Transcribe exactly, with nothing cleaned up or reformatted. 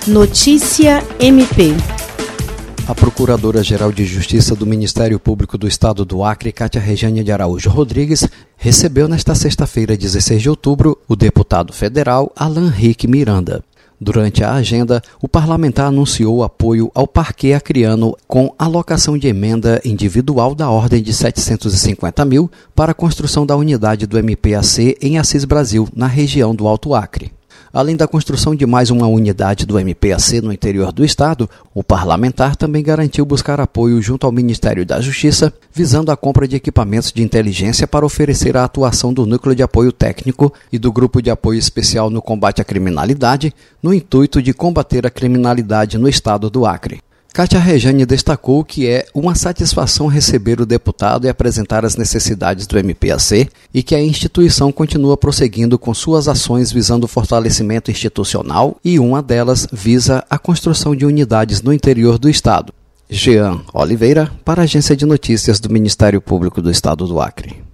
Notícia M P. A Procuradora-Geral de Justiça do Ministério Público do Estado do Acre, Kátia Rejane de Araújo Rodrigues, recebeu nesta sexta-feira, dezesseis de outubro, o deputado federal Alan Rick Miranda. Durante a agenda, o parlamentar anunciou apoio ao parquê acreano com alocação de emenda individual da ordem de setecentos e cinquenta mil para a construção da unidade do M P A C em Assis Brasil, na região do Alto Acre. Além da construção de mais uma unidade do M P A C no interior do estado, o parlamentar também garantiu buscar apoio junto ao Ministério da Justiça, visando a compra de equipamentos de inteligência para oferecer a atuação do Núcleo de Apoio Técnico e do Grupo de Apoio Especial no Combate à Criminalidade, no intuito de combater a criminalidade no estado do Acre. Kátia Rejane destacou que é uma satisfação receber o deputado e apresentar as necessidades do M P A C e que a instituição continua prosseguindo com suas ações visando o fortalecimento institucional e uma delas visa a construção de unidades no interior do estado. Jean Oliveira, para a Agência de Notícias do Ministério Público do Estado do Acre.